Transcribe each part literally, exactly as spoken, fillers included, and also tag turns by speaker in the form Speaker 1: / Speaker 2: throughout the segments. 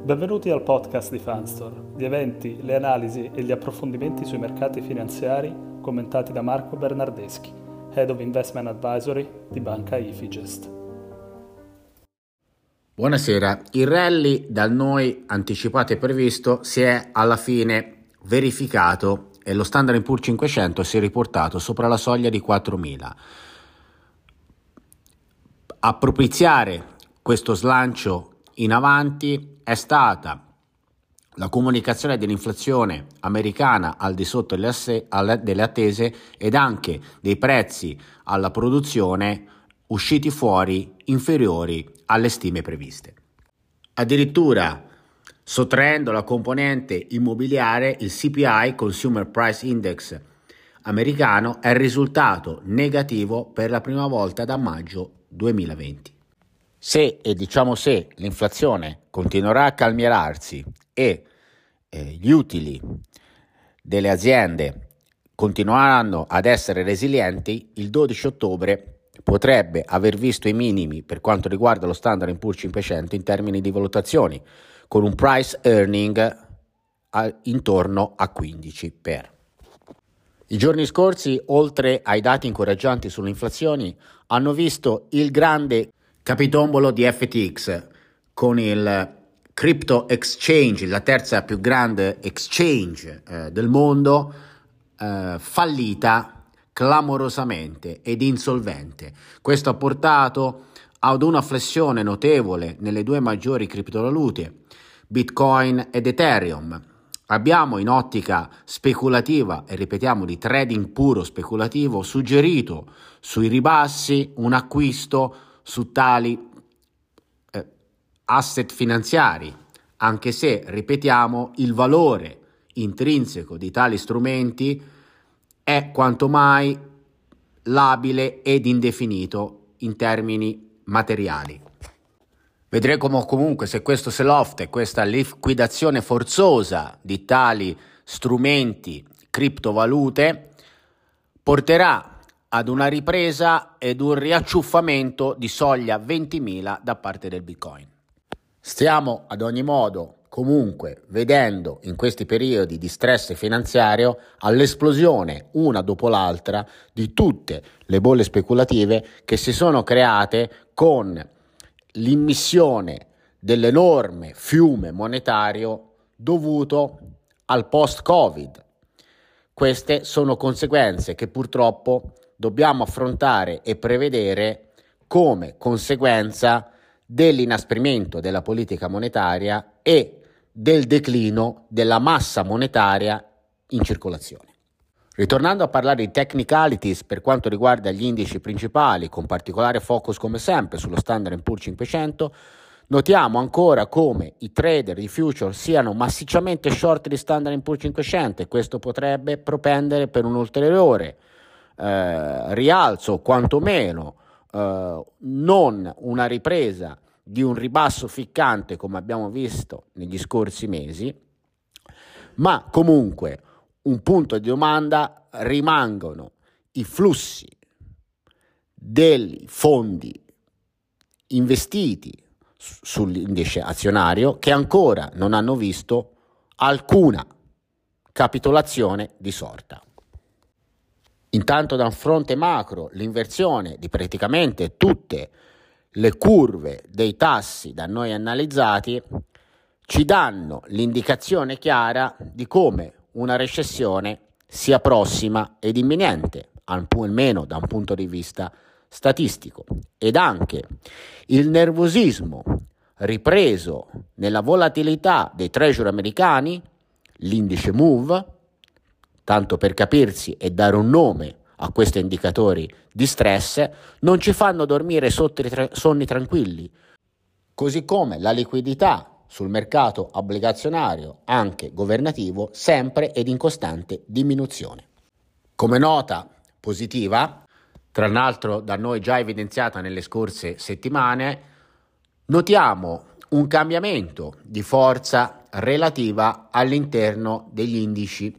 Speaker 1: Benvenuti al podcast di Fanstore, gli eventi, le analisi e gli approfondimenti sui mercati finanziari commentati da Marco Bernardeschi, Head of Investment Advisory di Banca Ifigest.
Speaker 2: Buonasera, il rally dal noi anticipato e previsto si è alla fine verificato e lo Standard and Poor's cinquecento si è riportato sopra la soglia di quattromila. A propiziare questo slancio in avanti è stata la comunicazione dell'inflazione americana al di sotto delle, asse, delle attese ed anche dei prezzi alla produzione usciti fuori inferiori alle stime previste. Addirittura, sottraendo la componente immobiliare, il C P I, Consumer Price Index americano, è risultato negativo per la prima volta da maggio duemilaventi. Se, e diciamo se, l'inflazione continuerà a calmierarsi e eh, gli utili delle aziende continueranno ad essere resilienti, il dodici ottobre potrebbe aver visto i minimi per quanto riguarda lo Standard and Poor's cinquecento in termini di valutazioni, con un price earning a, intorno a quindici per. I giorni scorsi, oltre ai dati incoraggianti sulle inflazioni, hanno visto il grande capitombolo di F T X con il Crypto Exchange, la terza più grande exchange eh, del mondo, eh, fallita clamorosamente ed insolvente. Questo ha portato ad una flessione notevole nelle due maggiori criptovalute, Bitcoin ed Ethereum. Abbiamo in ottica speculativa, e ripetiamo di trading puro speculativo, suggerito sui ribassi un acquisto su tali eh, asset finanziari, anche se, ripetiamo, il valore intrinseco di tali strumenti è quanto mai labile ed indefinito in termini materiali. Vedremo comunque se questo sell-off e questa liquidazione forzosa di tali strumenti criptovalute porterà ad una ripresa ed un riacciuffamento di soglia ventimila da parte del Bitcoin. Stiamo ad ogni modo comunque vedendo in questi periodi di stress finanziario all'esplosione una dopo l'altra di tutte le bolle speculative che si sono create con l'immissione dell'enorme fiume monetario dovuto al post-Covid. Queste sono conseguenze che purtroppo dobbiamo affrontare e prevedere come conseguenza dell'inasprimento della politica monetaria e del declino della massa monetaria in circolazione. Ritornando a parlare di technicalities per quanto riguarda gli indici principali, con particolare focus come sempre sullo Standard and Poor's cinquecento, notiamo ancora come i trader di future siano massicciamente short di Standard and Poor's cinquecento e questo potrebbe propendere per un ulteriore eh, rialzo o quantomeno eh, non una ripresa di un ribasso ficcante come abbiamo visto negli scorsi mesi, ma comunque un punto di domanda rimangono i flussi dei fondi investiti sull'indice azionario che ancora non hanno visto alcuna capitolazione di sorta. Intanto da un fronte macro l'inversione di praticamente tutte le curve dei tassi da noi analizzati ci danno l'indicazione chiara di come una recessione sia prossima ed imminente, almeno da un punto di vista statistico, ed anche il nervosismo ripreso nella volatilità dei treasury americani, l'indice Move, tanto per capirsi e dare un nome a questi indicatori di stress, non ci fanno dormire sonni tranquilli, così come la liquidità sul mercato obbligazionario, anche governativo, sempre ed in costante diminuzione. Come nota positiva, tra l'altro da noi già evidenziata nelle scorse settimane, notiamo un cambiamento di forza relativa all'interno degli indici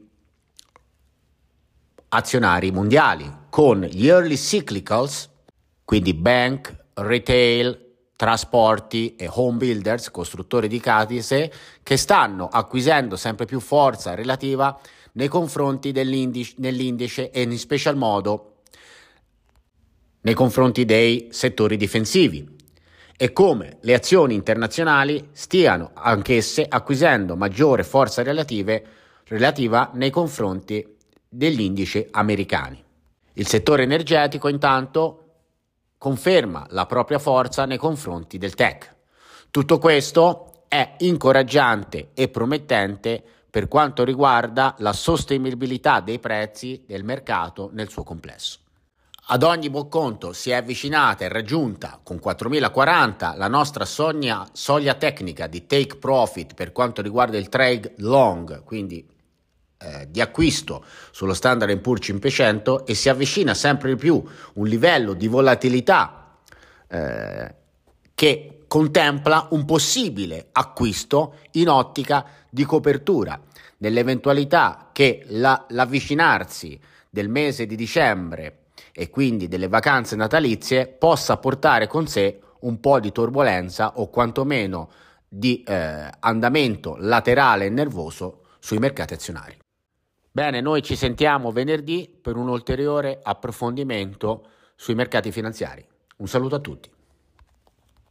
Speaker 2: azionari mondiali, con gli early cyclicals, quindi bank, retail trasporti e home builders, costruttori di case, che stanno acquisendo sempre più forza relativa nei confronti dell'indice, nell'indice e in special modo nei confronti dei settori difensivi, e come le azioni internazionali stiano anch'esse acquisendo maggiore forza relative, relativa nei confronti degli indici americani. Il settore energetico intanto conferma la propria forza nei confronti del tech. Tutto questo è incoraggiante e promettente per quanto riguarda la sostenibilità dei prezzi del mercato nel suo complesso. Ad ogni buon conto si è avvicinata e raggiunta con quattromilaquaranta la nostra soglia, soglia tecnica di take profit per quanto riguarda il trade long, quindi eh, di acquisto sullo Standard and Poor's cinquecento, e si avvicina sempre di più un livello di volatilità eh, che contempla un possibile acquisto in ottica di copertura nell'eventualità che la, l'avvicinarsi del mese di dicembre e quindi delle vacanze natalizie possa portare con sé un po' di turbolenza o quantomeno di eh, andamento laterale e nervoso sui mercati azionari. Bene, noi ci sentiamo venerdì per un ulteriore approfondimento sui mercati finanziari. Un saluto a tutti.